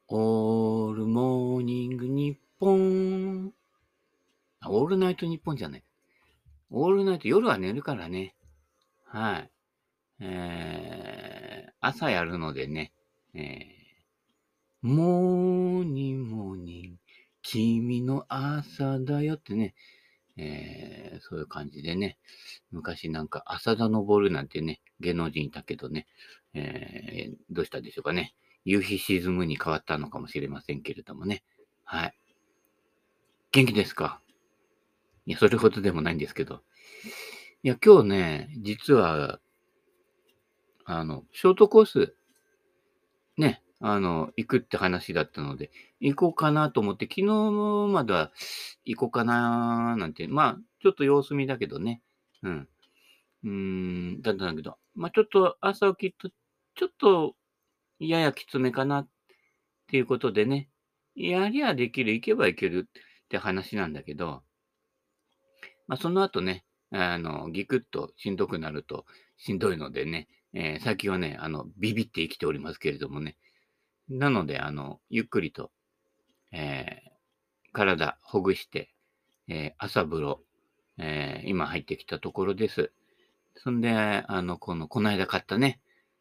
オールモーニングニッポン。オールナイトニッポンじゃない。オールナイト、夜は寝るからね。はい。朝やるのでね。モーニングモーニング、君の朝だよってね。そういう感じでね。昔なんか浅田昇なんてね、芸能人いたけどね。どうしたでしょうかね。夕日沈むに変わったのかもしれませんけれどもね。はい。元気ですか？いや、それほどでもないんですけど。いや、今日ね、実は、ショートコース、ね、行くって話だったので、行こうかなと思って、昨日までは行こうかななんて、まあ、ちょっと様子見だけどね。うん。だったんだけど、まあ、ちょっと朝起きると、ちょっとややきつめかなっていうことでね、やりゃできる、行けば行けるって話なんだけど、まあ、その後ね、ギクッとしんどくなるとしんどいのでね、最近はね、ビビって生きておりますけれどもね。なので、ゆっくりと、え体ほぐして、朝風呂、今入ってきたところです。そんで、この間買ったね、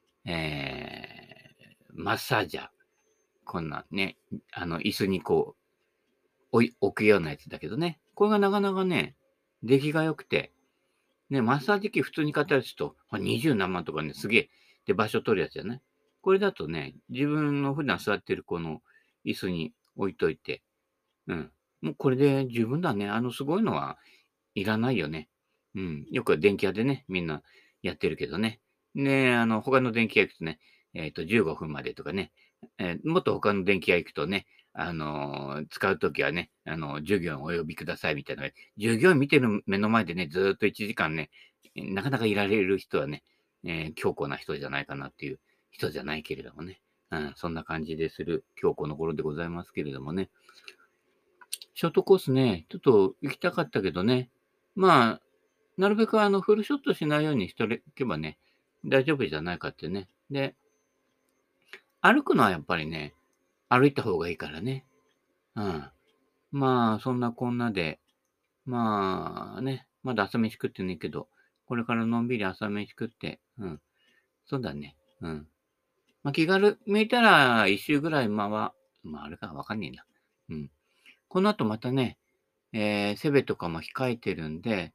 マッサージャー。こんなね、椅子にこう、置くようなやつだけどね。これがなかなかね、出来が良くて、ね、マッサージ機普通に買ったやつと、20何万とかね、すげえ、で、場所取るやつじゃない。これだとね、自分の普段座ってるこの椅子に置いといて、うん。もうこれで十分だね。すごいのはいらないよね。うん。よく電気屋でね、みんなやってるけどね。ね、他の電気屋行くとね、15分までとかね、もっと他の電気屋行くとね、使うときはね、従業員お呼びくださいみたいな。従業員見てる目の前でね、ずーっと1時間ね、なかなかいられる人はね、強固な人じゃないかなっていう人じゃないけれどもね。うん、そんな感じでする強固の頃でございますけれどもね。ショートコースね、ちょっと行きたかったけどね。まあ、なるべくフルショットしないようにしておけばね、大丈夫じゃないかってね。で、歩くのはやっぱりね、歩いた方がいいからね。うん。まあ、そんなこんなで、まあね、まだ朝飯食ってねえけど、これからのんびり朝飯食って、うん。そうだね。うん。まあ、気軽めいたら一周ぐらい回るかわかんねえな。うん。この後またね、セベとかも控えてるんで、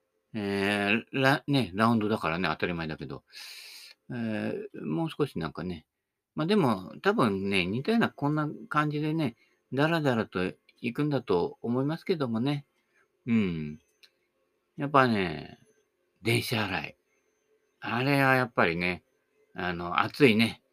ラウンドだからね、当たり前だけど。もう少しなんかね、ま、でも、多分ね、似たようなこんな感じでね、だらだらと行くんだと思いますけどもね。うん。やっぱね、電車洗い。あれはやっぱりね、暑いね、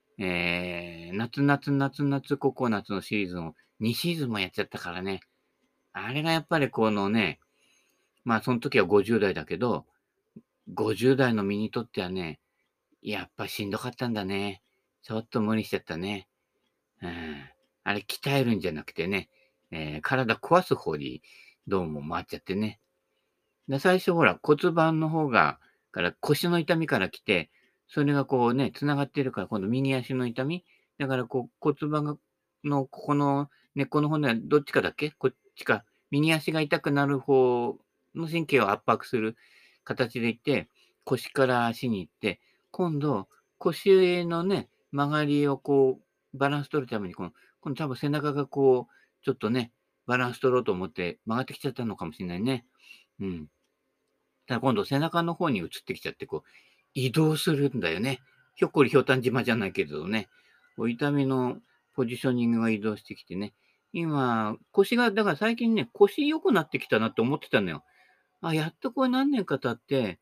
夏ココナッツのシーズンを2シーズンもやっちゃったからね。あれがやっぱりこのね、まあ、その時は50代だけど、50代の身にとってはね、やっぱしんどかったんだね。ちょっと無理しちゃったね。うん。あれ鍛えるんじゃなくてね、体壊す方にどうも回っちゃってね。で、最初ほら骨盤の方から腰の痛みから来て、それがこうね、繋がってるから今度右足の痛み。だからこう骨盤のここの根っこの骨はどっちかだっけ？こっちか。右足が痛くなる方の神経を圧迫する形でいって、腰から足に行って、今度腰のね、曲がりをこうバランス取るために、今度多分背中がこう、ちょっとね、バランス取ろうと思って曲がってきちゃったのかもしんないね。うん。ただ今度背中の方に移ってきちゃって、こう、移動するんだよね。ひょっこりひょうたん島じゃないけれどね。こう痛みのポジショニングが移動してきてね。今、腰が、だから最近ね、腰良くなってきたなって思ってたのよ。あ、やっとこれ何年か経って、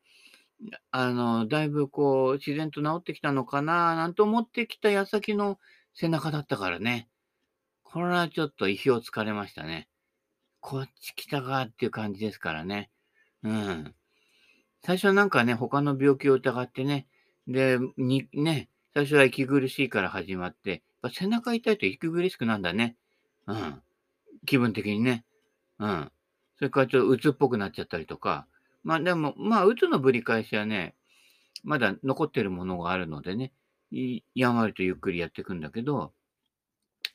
だいぶこう、自然と治ってきたのかな、なんて思ってきた矢先の背中だったからね。これはちょっと意表をつかれましたね。こっち来たかっていう感じですからね。うん。最初はなんかね、他の病気を疑ってね、で、最初は息苦しいから始まって、やっぱ背中痛いと息苦しくなんだね。うん。気分的にね。うん。それからちょっと鬱っぽくなっちゃったりとか。でも、鬱のぶり返しはね、まだ残ってるものがあるのでね、やんわりとゆっくりやっていくんだけど、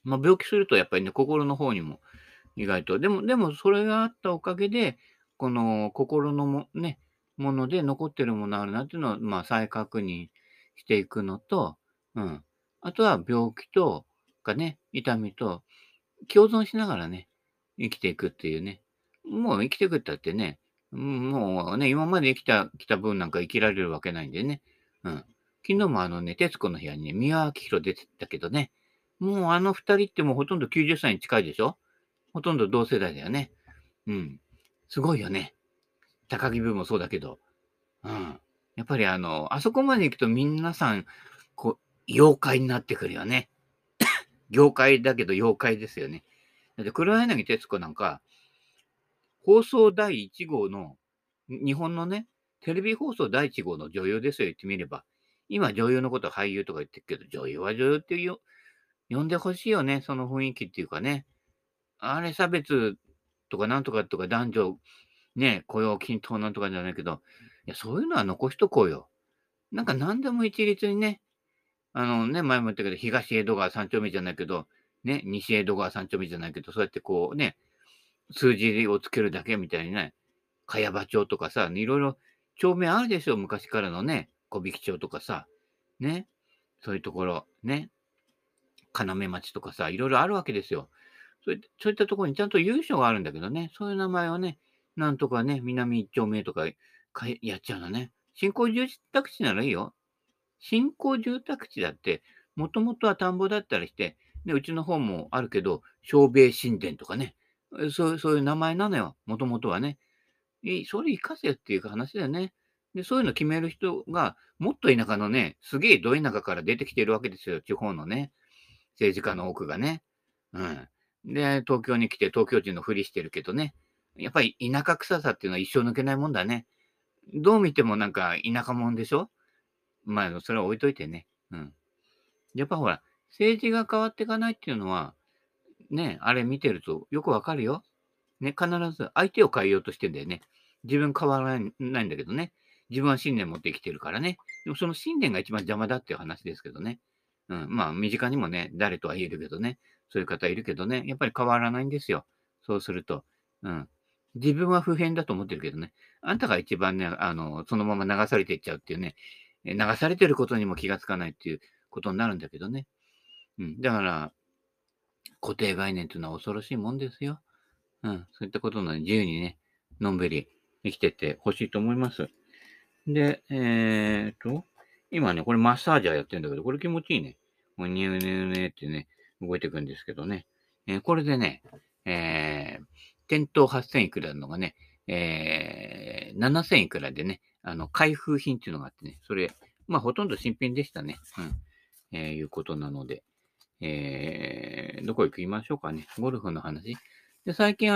まあ、病気するとやっぱりね、心の方にも意外と、でもそれがあったおかげで、この心のもので残ってるものあるなっていうのを、まあ、再確認していくのと、うん。あとは病気とかね、痛みと共存しながらね、生きていくっていうね。もう生きていくったってね、もうね、今まできた分なんか生きられるわけないんでね。うん。昨日も徹子の部屋にね、三輪明宏出てたけどね、もうあの二人ってもうほとんど90歳に近いでしょ。ほとんど同世代だよね。うん。すごいよね。高木ブーもそうだけど。うん。やっぱりあそこまで行くと皆さん、こう、妖怪になってくるよね。業界だけど妖怪ですよね。だって黒柳徹子なんか、放送第1号の、日本のね、テレビ放送第1号の女優ですよ、言ってみれば。今女優のこと俳優とか言ってるけど、女優は女優って呼んでほしいよね、その雰囲気っていうかね。あれ差別とかなんとかとか男女、ね、雇用均等なんとかじゃないけど、いや、そういうのは残しとこうよ。なんか何でも一律にね、前も言ったけど、東江戸川三丁目じゃないけど、ね、西江戸川三丁目じゃないけど、そうやってこうね、数字をつけるだけみたいにね、茅場町とかさ、いろいろ町名あるでしょ、昔からのね、小引町とかさ、ね、そういうところ、ね、要町とかさ、いろいろあるわけですよ。そういったところにちゃんと由緒があるんだけどね、そういう名前をね、なんとかね、南一丁目とかやっちゃうのね。新興住宅地ならいいよ。新興住宅地だって、もともとは田んぼだったりして、で、うちの方もあるけど、小米神殿とかね、そういう名前なのよ、もともとはね。それ生かせよっていう話だよね。で、そういうの決める人が、もっと田舎のね、すげえど田舎から出てきてるわけですよ、地方のね、政治家の多くがね。うん。で、東京に来て東京人のふりしてるけどね、やっぱり田舎臭さっていうのは一生抜けないもんだね。どう見てもなんか田舎者でしょ。まあ、それは置いといてね。うん。やっぱほら、政治が変わっていかないっていうのは、ね、あれ見てるとよくわかるよ。ね、必ず相手を変えようとしてんだよね。自分変わらないんだけどね。自分は信念持って生きてるからね。でもその信念が一番邪魔だっていう話ですけどね。うん、まあ、身近にもね、誰とは言えるけどね、そういう方いるけどね、やっぱり変わらないんですよ。そうすると。うん。自分は不変だと思ってるけどね、あんたが一番ね、そのまま流されていっちゃうっていうね、流されてることにも気がつかないっていうことになるんだけどね。うん。だから、固定概念というのは恐ろしいもんですよ。うん。そういったことなので、自由にね、のんびり生きてってほしいと思います。で、今ね、これマッサージャーやってるんだけど、これ気持ちいいね。もうニューニューニューってね、動いていくんですけどね。これでね、店頭8000いくらのがね、7000いくらでね、開封品っていうのがあってね、それ、まあ、ほとんど新品でしたね。うん。いうことなので、どこ行きましょうかね。ゴルフの話。で、最近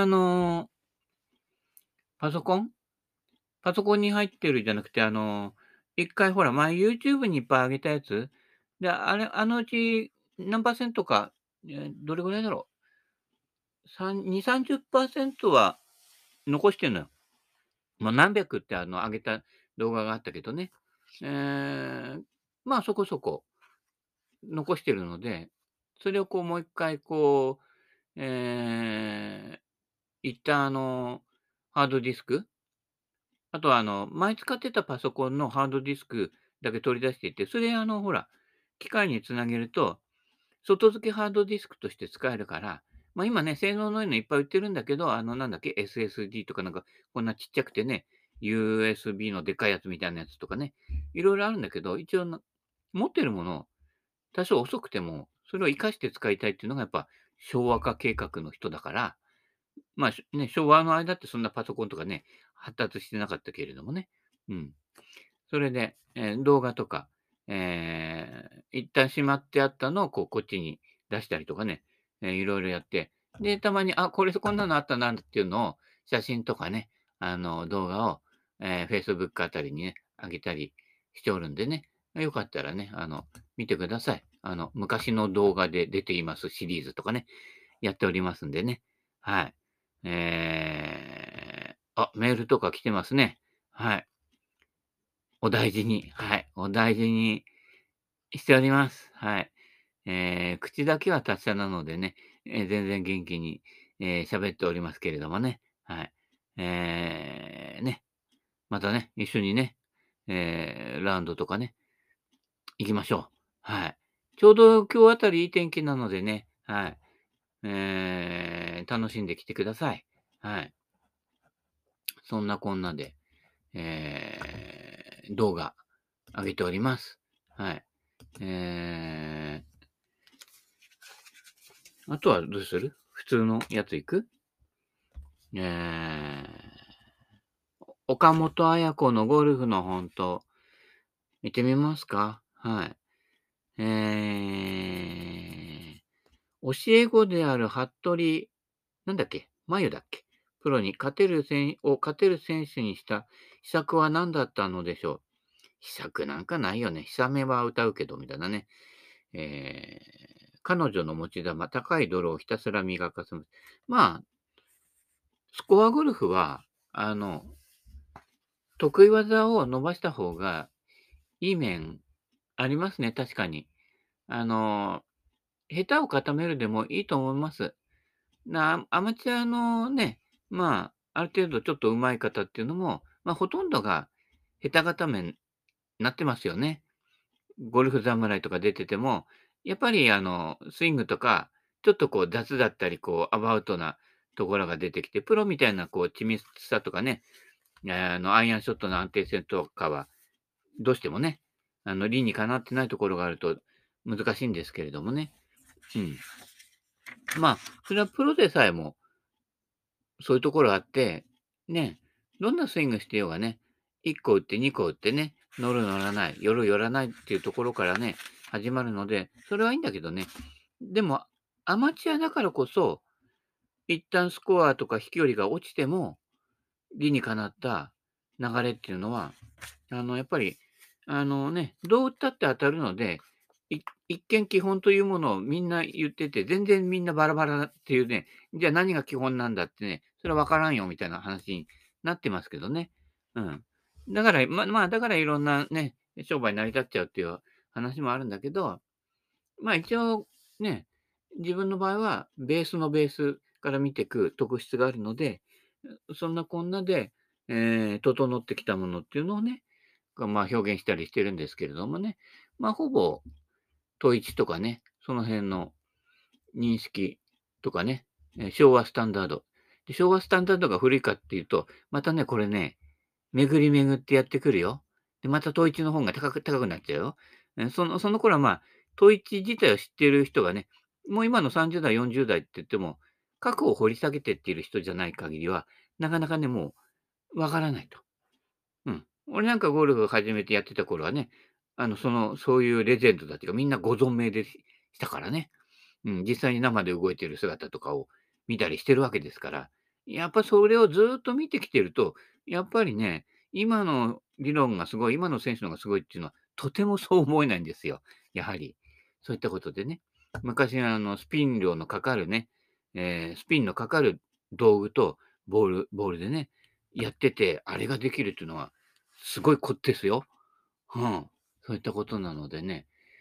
パソコンパソコンに入ってるじゃなくて、一回ほら、前 YouTube にいっぱい上げたやつ、で、あのうち何パーセントか、どれぐらいだろう、2、30%は残してんのよ。ま、何百って上げた動画があったけどね。ええ、まあ、そこそこ残してるので、それをこうもう一回こう、一旦ハードディスクあとは前使ってたパソコンのハードディスクだけ取り出していて、それほら、機械につなげると、外付けハードディスクとして使えるから、ま、今ね、性能のいいのいっぱい売ってるんだけど、なんだっけ、SSD とかなんか、こんなちっちゃくてね、USB のでかいやつみたいなやつとかね、いろいろあるんだけど、一応持ってるもの、多少遅くても、それを活かして使いたいっていうのがやっぱ昭和化計画の人だから、まあ、昭和の間ってそんなパソコンとかね、発達してなかったけれどもね。うん。それで、動画とか、一旦しまってあったのをこっちに出したりとかね、いろいろやって、で、たまに、こんなのあったなっていうのを、写真とかね、動画を、Facebook あたりにね、上げたりしておるんでね、よかったらね、見てください。昔の動画で出ていますシリーズとかね、やっておりますんでね。はい。メールとか来てますね。はい。お大事に、はい。お大事にしております。はい。 口だけは達者なのでね、全然元気に、喋っておりますけれどもね。はい。ね、またね、一緒にね、ラウンドとかね、行きましょう。はい。ちょうど今日あたりいい天気なのでね、はい。楽しんできてください。はい。そんなこんなで、動画上げております。はい。えあとはどうする？普通のやつ行く？え岡本綾子のゴルフの本当、見てみますか？はい。教え子である服部、なんだっけ、真由だっけ？プロに勝てる選手にした秘策は何だったのでしょう？秘策なんかないよね。氷雨は歌うけどみたいなね。彼女の持ち球、高い泥をひたすら磨かす。まあ、スコアゴルフは、得意技を伸ばした方がいい面ありますね、確かに。あの、下手を固めるでもいいと思います。アマチュアのね、ある程度ちょっと上手い方っていうのも、ほとんどが下手固めになってますよね。ゴルフ侍とか出てても、やっぱりスイングとか、ちょっとこう雑だったり、こうアバウトなところが出てきて、プロみたいなこう緻密さとかね、アイアンショットの安定性とかは、どうしてもね、理にかなってないところがあると難しいんですけれどもね。うん。それはプロでさえもそういうところあって、ね、どんなスイングしてようがね、1個打って2個打ってね、乗る乗らない、寄る寄らないっていうところからね、始まるので、それはいいんだけどね。でも、アマチュアだからこそ、一旦スコアとか飛距離が落ちても、理にかなった流れっていうのは、やっぱり、どう打ったって当たるので、一見基本というものをみんな言ってて、全然みんなバラバラっていうね、じゃあ何が基本なんだってね、それは分からんよみたいな話になってますけどね。うん。だから、だからいろんなね、商売成り立っちゃうっていう話もあるんだけど、一応ね、自分の場合はベースのベースから見ていく特質があるので、そんなこんなで、整ってきたものっていうのをね、表現したりしてるんですけれどもね。ほぼ統一とかね、その辺の認識とかね、昭和スタンダード。で、昭和スタンダードが古いかっていうと、またね、これね、巡り巡ってやってくるよ。で、また統一の方が高くなっちゃうよ。その頃は統一自体を知っている人がね、もう今の30代、40代って言っても、過去を掘り下げてっている人じゃない限りは、なかなかね、もうわからないと。うん。俺なんかゴルフ始めてやってた頃はね、そういうレジェンドたちがみんなご存命でしたからね。うん、実際に生で動いてる姿とかを見たりしてるわけですから、やっぱそれをずっと見てきてると、やっぱりね、今の理論がすごい、今の選手の方がすごいっていうのは、とてもそう思えないんですよ。やはり。そういったことでね。昔スピン量のかかるね、スピンのかかる道具とボールでね、やってて、あれができるっていうのは、すごいこってすよ。うん。そういったことなのでね、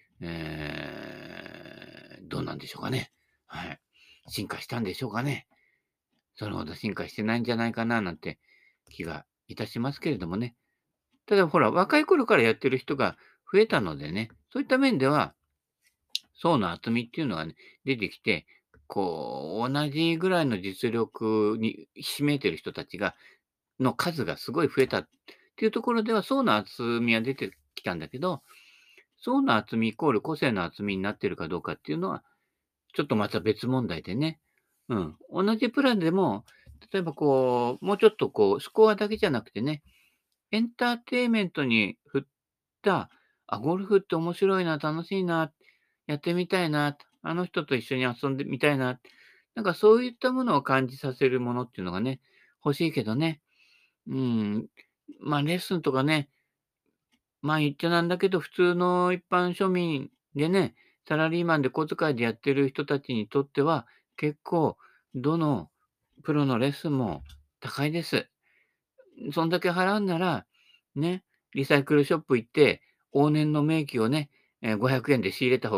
どうなんでしょうかね。はい。進化したんでしょうかね。それほど進化してないんじゃないかななんて気がいたしますけれどもね。ただほら、若い頃からやってる人が増えたのでね、そういった面では、層の厚みっていうのがね、出てきて、同じぐらいの実力にひしめいてる人たちの数がすごい増えたっていうところでは、層の厚みは出てきたんだけど、層の厚みイコール個性の厚みになってるかどうかっていうのは、ちょっとまた別問題でね。うん。同じプランでも、例えばもうちょっとスコアだけじゃなくてね、エンターテインメントに振った、ゴルフって面白いな、楽しいな、やってみたいな、あの人と一緒に遊んでみたいな、なんかそういったものを感じさせるものっていうのがね、欲しいけどね。うん。レッスンとかね、言っちゃなんだけど、普通の一般庶民でね、サラリーマンで小遣いでやってる人たちにとっては、結構どのプロのレッスンも高いです。そんだけ払うんなら、ね、リサイクルショップ行って、往年の名機をね、500円で仕入れた方が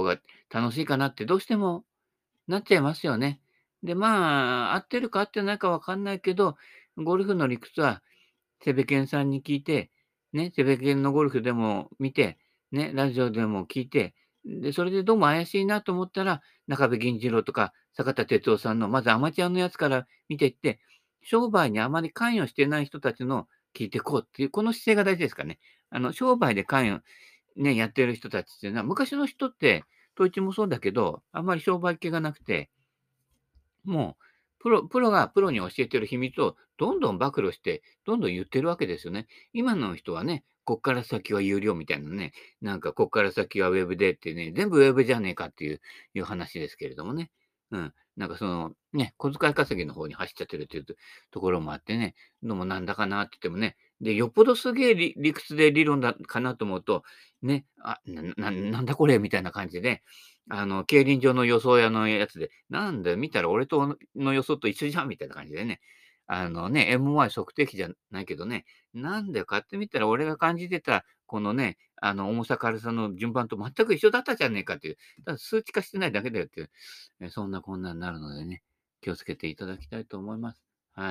楽しいかなってどうしてもなっちゃいますよね。で、まあ、合ってるか合ってないかわかんないけど、ゴルフの理屈はセベケンさんに聞いて、ね、セベケンのゴルフでも見て、ね、ラジオでも聞いて、で、それでどうも怪しいなと思ったら、中部銀次郎とか坂田哲夫さんの、まずアマチュアのやつから見ていって、商売にあまり関与してない人たちの聞いていこうっていう、この姿勢が大事ですかね。商売で関与、ね、やってる人たちっていうのは、昔の人って、統一もそうだけど、あんまり商売系がなくて、もう、プロがプロに教えてる秘密をどんどん暴露して、どんどん言ってるわけですよね。今の人はね、こっから先は有料みたいなね、なんかこっから先はウェブでってね、全部ウェブじゃねえかっていう話ですけれどもね。うん。なんかその、ね、小遣い稼ぎの方に走っちゃってるっていうところもあってね、どうもなんだかなって言ってもね、で、よっぽどすげえ理屈で理論だかなと思うと、ね、なんだこれみたいな感じで、競輪場の予想屋のやつで、なんだよ、見たら俺との予想と一緒じゃんみたいな感じでね。MY 測定器じゃないけどね、なんだよ、買ってみたら俺が感じてた、このね、重さ軽さの順番と全く一緒だったじゃねえかっていう、ただ数値化してないだけだよっていう、そんなこんなになるのでね、気をつけていただきたいと思います。はい。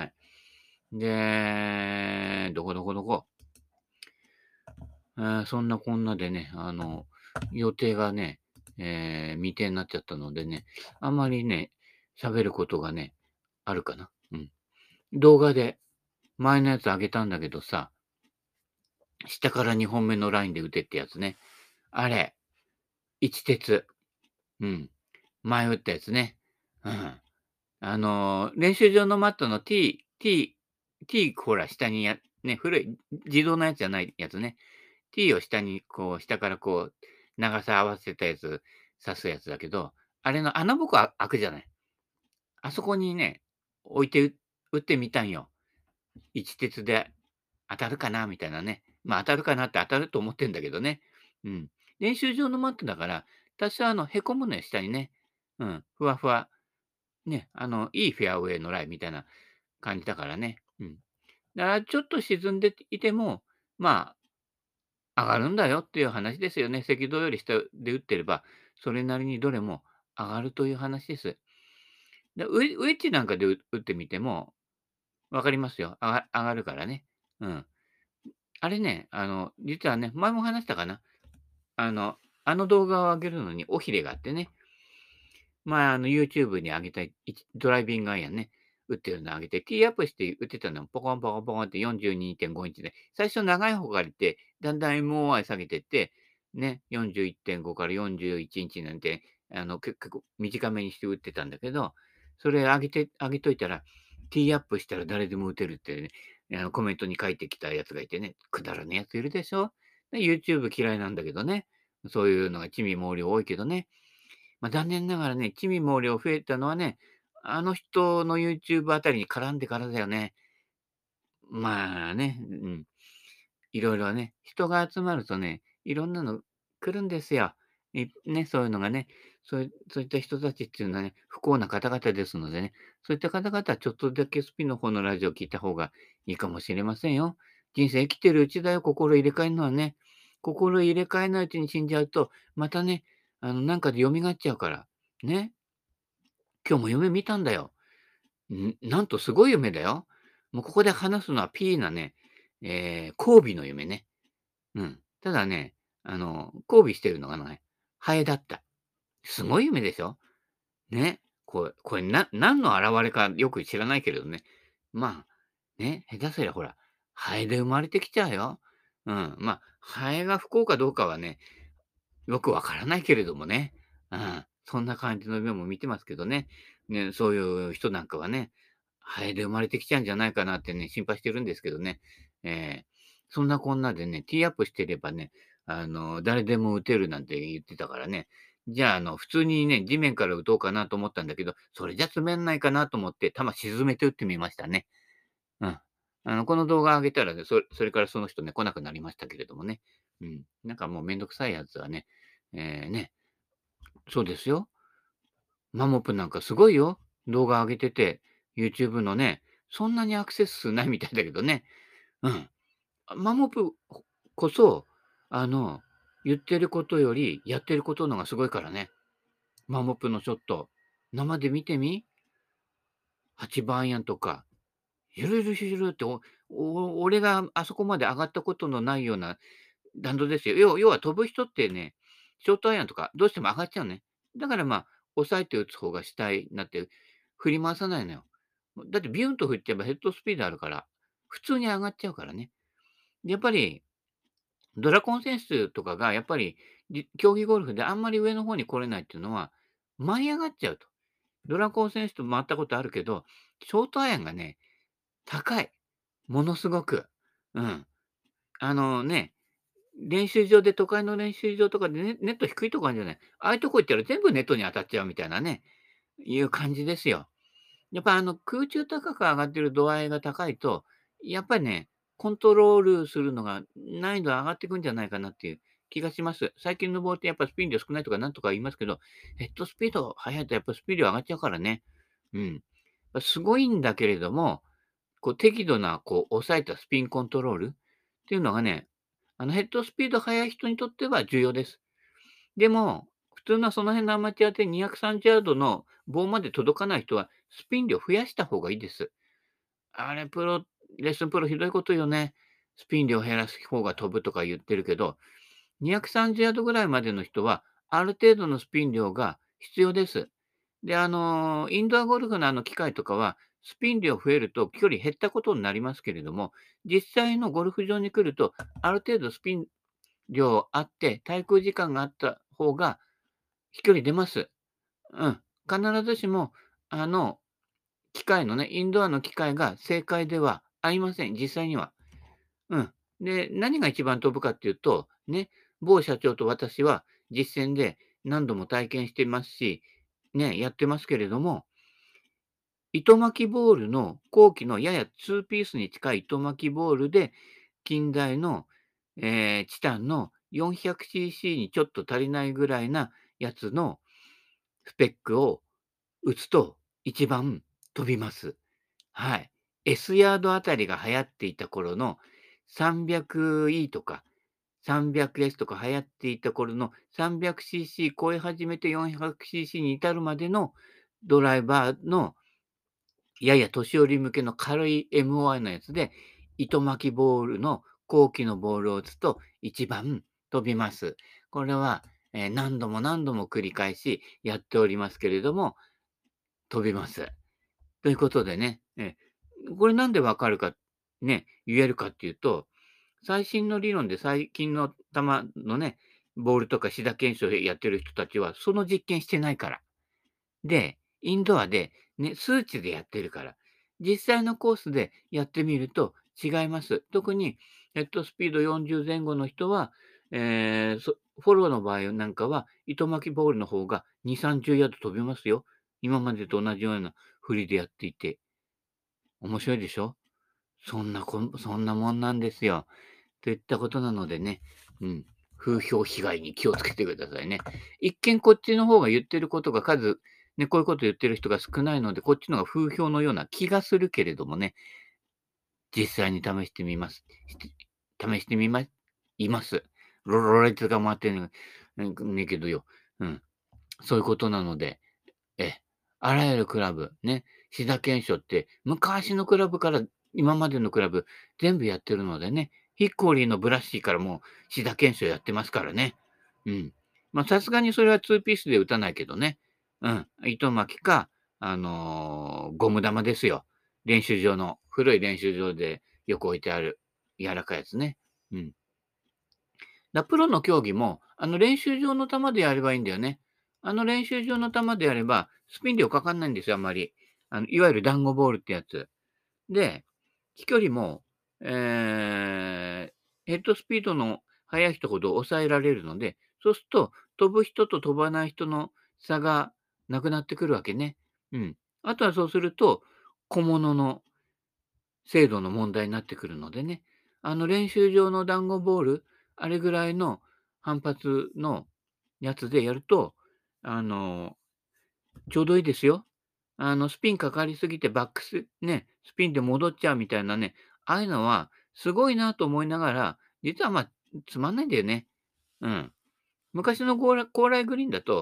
で、どこ。そんなこんなでね、予定がね、未定になっちゃったのでね、あんまりね、喋ることがね、あるかな。うん。動画で前のやつ上げたんだけどさ、下から2本目のラインで打てってやつね。あれ、一鉄。うん。前打ったやつね。うん。練習場のマットの T、ほら、下にね、古い、自動のやつじゃないやつね。T を下に、こう、下からこう、長さ合わせたやつ、刺すやつだけど、あれの穴ぼこ開くじゃない。あそこにね、置いて打ってみたんよ。一鉄で当たるかなみたいなね。まあ、当たるかなって当たると思ってんだけどね。うん。練習場のマットだから、多少へこむのよ、下にね。うん。ふわふわ。ね。いいフェアウェイのライみたいな感じだからね。うん。だから、ちょっと沈んでいても、まあ、上がるんだよっていう話ですよね。赤道より下で打ってれば、それなりにどれも上がるという話です。で、ウエッジなんかで打ってみても、分かりますよ。上がるからね。うん。あれね、実はね、前も話したかな。あの動画を上げるのに尾ひれがあってね、まあ、YouTube に上げたドライビングアイアンね、打ってるの上げて、ティーアップして打ってたのポコンポコンポコンって42.5インチで、最初長い方からいって、だんだん MOI 下げてって、ね、41.5から41インチなんて、結構短めにして打ってたんだけど、それ上げといたら、ティーアップしたら誰でも打てるってね、コメントに書いてきたやつがいてね、くだらねえやついるでしょ。で YouTube 嫌いなんだけどね。そういうのが地味猛量多いけどね。まあ、残念ながらね、地味猛量増えたのはね、あの人の YouTube あたりに絡んでからだよね。まあね、うん。いろいろね、人が集まるとね、いろんなの来るんですよ。ね、そういうのがね、そういった人たちっていうのはね、不幸な方々ですのでね、そういった方々はちょっとだけスピの方のラジオを聞いた方がいいかもしれませんよ。人生生きてるうちだよ、心入れ替えるのはね。心入れ替えないうちに死んじゃうと、またね、なんかで蘇っちゃうから。ね。今日も夢見たんだよ。なんとすごい夢だよ。もうここで話すのはピーなね、交尾の夢ね。うん。ただね、交尾してるのがね、ハエだった。すごい夢でしょ？ね。これ何の現れかよく知らないけれどね。まあ、ね、下手すりゃほら、ハエで生まれてきちゃうよ。うん。まあ、ハエが不幸かどうかはね、よくわからないけれどもね。うん。そんな感じの夢も見てますけどね。ね、そういう人なんかはね、ハエで生まれてきちゃうんじゃないかなってね、心配してるんですけどね。そんなこんなでね、ティーアップしてればね、誰でも打てるなんて言ってたからね。じゃあ、普通にね、地面から打とうかなと思ったんだけど、それじゃ詰めんないかなと思って、球沈めて打ってみましたね。うん。この動画上げたらね、それからその人ね、来なくなりましたけれどもね。うん。なんかもうめんどくさいやつはね、ね、そうですよ。マモプなんかすごいよ。動画上げてて、YouTube のね、そんなにアクセス数ないみたいだけどね。うん。マモプこそ、あの、言ってることよりやってることのがすごいからね。 マモップのショット。生で見てみ。8番アイアンとか、ゆるゆるゆるって、俺があそこまで上がったことのないような弾道ですよ。要は飛ぶ人ってね、ショートアイアンとかどうしても上がっちゃうね。だから抑えて打つ方が主体になって、振り回さないのよ。だってビューンと振っちゃえばヘッドスピードあるから、普通に上がっちゃうからね。でやっぱり、ドラコン選手とかがやっぱり、競技ゴルフであんまり上の方に来れないっていうのは、舞い上がっちゃうと。ドラコン選手と回ったことあるけど、ショートアイアンがね、高い。ものすごく。うん。あのね、練習場で都会の練習場とかでネット低いとこあるんじゃない。ああいうとこ行ったら全部ネットに当たっちゃうみたいなね、いう感じですよ。やっぱ空中高く上がってる度合いが高いと、やっぱりね、コントロールするのが難易度上がっていくんじゃないかなっていう気がします。最近のボールってやっぱスピン量少ないとかなんとか言いますけど、ヘッドスピード速いとやっぱスピード上がっちゃうからね。うん。すごいんだけれども、適度な抑えたスピンコントロールっていうのがね、ヘッドスピード速い人にとっては重要です。でも、普通のその辺のアマチュアで230ヤードの棒まで届かない人は、スピン量増やした方がいいです。あれ、レッスンプロひどいことよね。スピン量減らす方が飛ぶとか言ってるけど、230ヤードぐらいまでの人は、ある程度のスピン量が必要です。で、インドアゴルフの機械とかは、スピン量増えると距離減ったことになりますけれども、実際のゴルフ場に来ると、ある程度スピン量あって、滞空時間があった方が飛距離出ます。うん。必ずしも、あの、機械のね、インドアの機械が正解ではありません、実際には。うん。で、何が一番飛ぶかっていうと、ね、某社長と私は実践で何度も体験してますし、ね、やってますけれども、糸巻きボールの後期のやや2ピースに近い糸巻きボールで、近代の、チタンの 400cc にちょっと足りないぐらいなやつのスペックを打つと一番飛びます。はい。S ヤードあたりが流行っていた頃の 300E とか 300S とか流行っていた頃の 300cc 超え始めて 400cc に至るまでのドライバーのやや年寄り向けの軽い MOI のやつで、糸巻きボールの後期のボールを打つと一番飛びます。これは、何度も何度も繰り返しやっておりますけれども、飛びます。ということでね、これなんでわかるか、ね、言えるかっていうと、最新の理論で最近の球のね、ボールとかシダ検証やってる人たちは、その実験してないから。で、インドアで、ね、数値でやってるから。実際のコースでやってみると違います。特にヘッドスピード40前後の人は、フォローの場合なんかは、糸巻きボールの方が2、30ヤード飛びますよ。今までと同じような振りでやっていて。面白いでしょ。そんなもんなんですよ。といったことなのでね、うん、風評被害に気をつけてくださいね。一見こっちの方が言ってることがね、こういうこと言ってる人が少ないので、こっちの方が風評のような気がするけれどもね、実際に試してみます。試してみまいます。ロレツが回ってるねけどよ。うん。そういうことなので、えあらゆるクラブ、ね、シダ検証って昔のクラブから今までのクラブ全部やってるのでね、ヒッコリーのブラッシーからもうシダ検証やってますからね。うん。さすがにそれは2ピースで打たないけどね。うん。糸巻きか、ゴム玉ですよ。練習場の、古い練習場でよく置いてある柔らかいやつね。うん。プロの競技も、練習場の球でやればいいんだよね。練習場の球でやれば、スピン量かかんないんですよ、あんまり。いわゆる団子ボールってやつ。で、飛距離も、ヘッドスピードの速い人ほど抑えられるので、そうすると、飛ぶ人と飛ばない人の差がなくなってくるわけね。うん。あとはそうすると、小物の精度の問題になってくるのでね。練習場の団子ボール、あれぐらいの反発のやつでやると、あの、ちょうどいいですよ。スピンかかりすぎてスピンで戻っちゃうみたいなね、ああいうのはすごいなと思いながら、実はつまんないんだよね。うん。昔の高麗グリーンだと、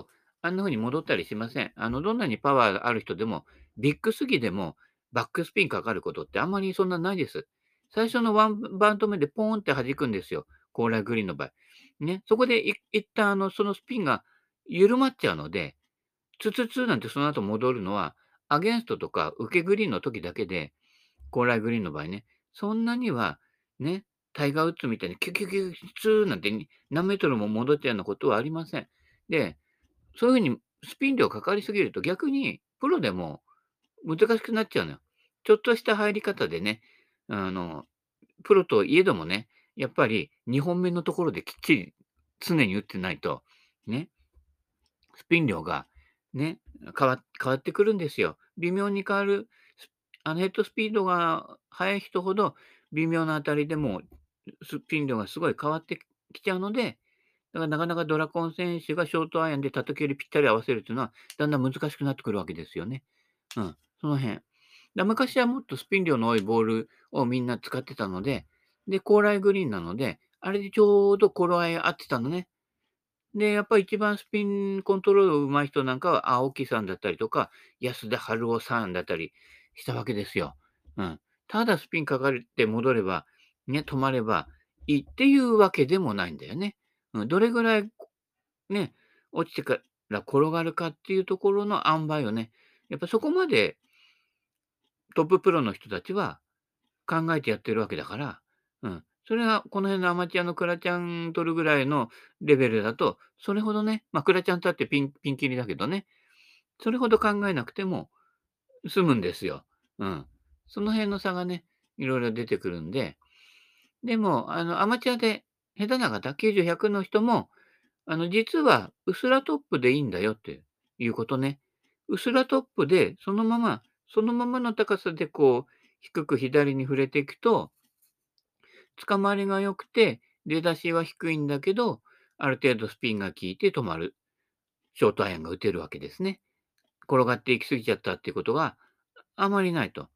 あんな風に戻ったりしません。どんなにパワーがある人でも、ビッグすぎでも、バックスピンかかることってあんまりそんなないです。最初のワンバウンド目でポーンって弾くんですよ。高麗グリーンの場合。ね、そこで一旦そのスピンが緩まっちゃうので、ツツツなんてその後戻るのは、アゲンストとか受けグリーンの時だけで、高麗グリーンの場合ね、そんなには、ね、タイガー・ウッズみたいにキュキュキュツーなんて何メートルも戻っちゃうようなことはありません。で、そういう風にスピン量かかりすぎると逆にプロでも難しくなっちゃうのよ。ちょっとした入り方でね、あの、プロといえどもね、やっぱり2本目のところできっちり常に打ってないと、ね、スピン量がね、変わってくるんですよ。微妙に変わる、ヘッドスピードが速い人ほど、微妙な当たりでもスピン量がすごい変わってきちゃうので、だからなかなかドラコン選手がショートアイアンで叩きよりぴったり合わせるというのは、だんだん難しくなってくるわけですよね。うん、その辺。昔はもっとスピン量の多いボールをみんな使ってたので、で、高麗グリーンなので、あれでちょうど頃合い合ってたのね。で、やっぱり一番スピンコントロール上手い人なんかは、青木さんだったりとか、安田晴夫さんだったりしたわけですよ。うん。ただスピンかかって戻れば、ね、止まればいいっていうわけでもないんだよね。うん、どれぐらいね、落ちてから転がるかっていうところの塩梅をね、やっぱそこまでトッププロの人たちは考えてやってるわけだから、うん。それがこの辺のアマチュアのクラチャン取るぐらいのレベルだと、それほどね、クラチャンだってピンキリだけどね、それほど考えなくても済むんですよ。うん。その辺の差がね、いろいろ出てくるんで、でも、アマチュアで下手な方、90、100の人も、実はウスラトップでいいんだよっていうことね。ウスラトップで、そのままの高さでこう、低く左に触れていくと、捕まりが良くて、出だしは低いんだけど、ある程度スピンが効いて止まる。ショートアイアンが打てるわけですね。転がっていき過ぎちゃったっていうことがあまりないと。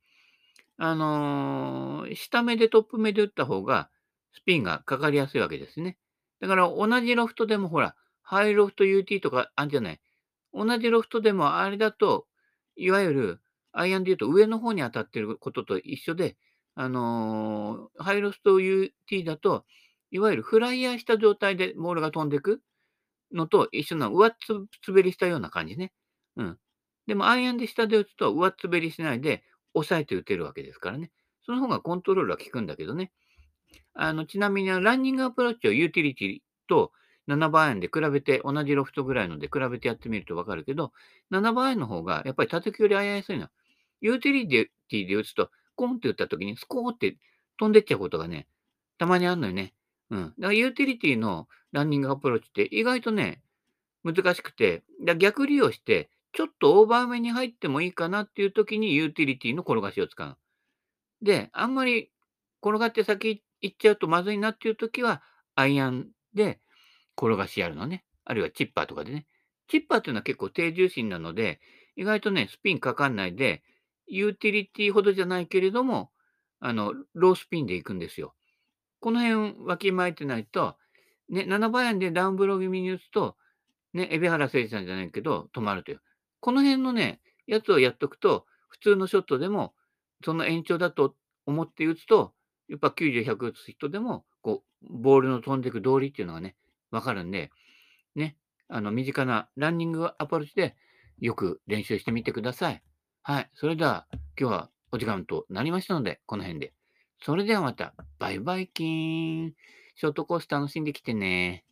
下目でトップ目で打った方が、スピンがかかりやすいわけですね。だから同じロフトでもほら、ハイロフト UT とかあんじゃない。同じロフトでもあれだと、いわゆるアイアンで言うと上の方に当たってることと一緒で、ハイロフト UT だと、いわゆるフライヤーした状態でボールが飛んでくのと一緒な滑りしたような感じね。うん。でもアイアンで下で打つと上っ滑りしないで抑えて打てるわけですからね。その方がコントロールは効くんだけどね。ちなみにランニングアプローチをユーティリティと7番アイアンで比べて、同じロフトぐらいので比べてやってみるとわかるけど、7番アイアンの方がやっぱり叩きより合いやすいの。ユーティリティで打つと、コンって打った時にスコーって飛んでっちゃうことがね、たまにあるのよね。うん。だからユーティリティのランニングアプローチって意外とね、難しくて、逆利用して、ちょっとオーバーめに入ってもいいかなっていう時にユーティリティの転がしを使う。で、あんまり転がって先行っちゃうとまずいなっていう時は、アイアンで転がしやるのね。あるいはチッパーとかでね。チッパーっていうのは結構低重心なので、意外とね、スピンかかんないで、ユーティリティほどじゃないけれども、ロースピンで行くんですよ。この辺わきまえてないと、ね、7番アイアンでダウンブロー気味に打つと、ね、海老原誠司さんじゃないけど、止まるという。この辺のね、やつをやっとくと、普通のショットでも、その延長だと思って打つと、やっぱ90、100打つ人でも、こう、ボールの飛んでいく道理っていうのがね、わかるんで、ね、身近なランニングアプローチでよく練習してみてください。はい。それでは、今日はお時間となりましたので、この辺で。それではまた、バイバイキーン。ショートコース楽しんできてね。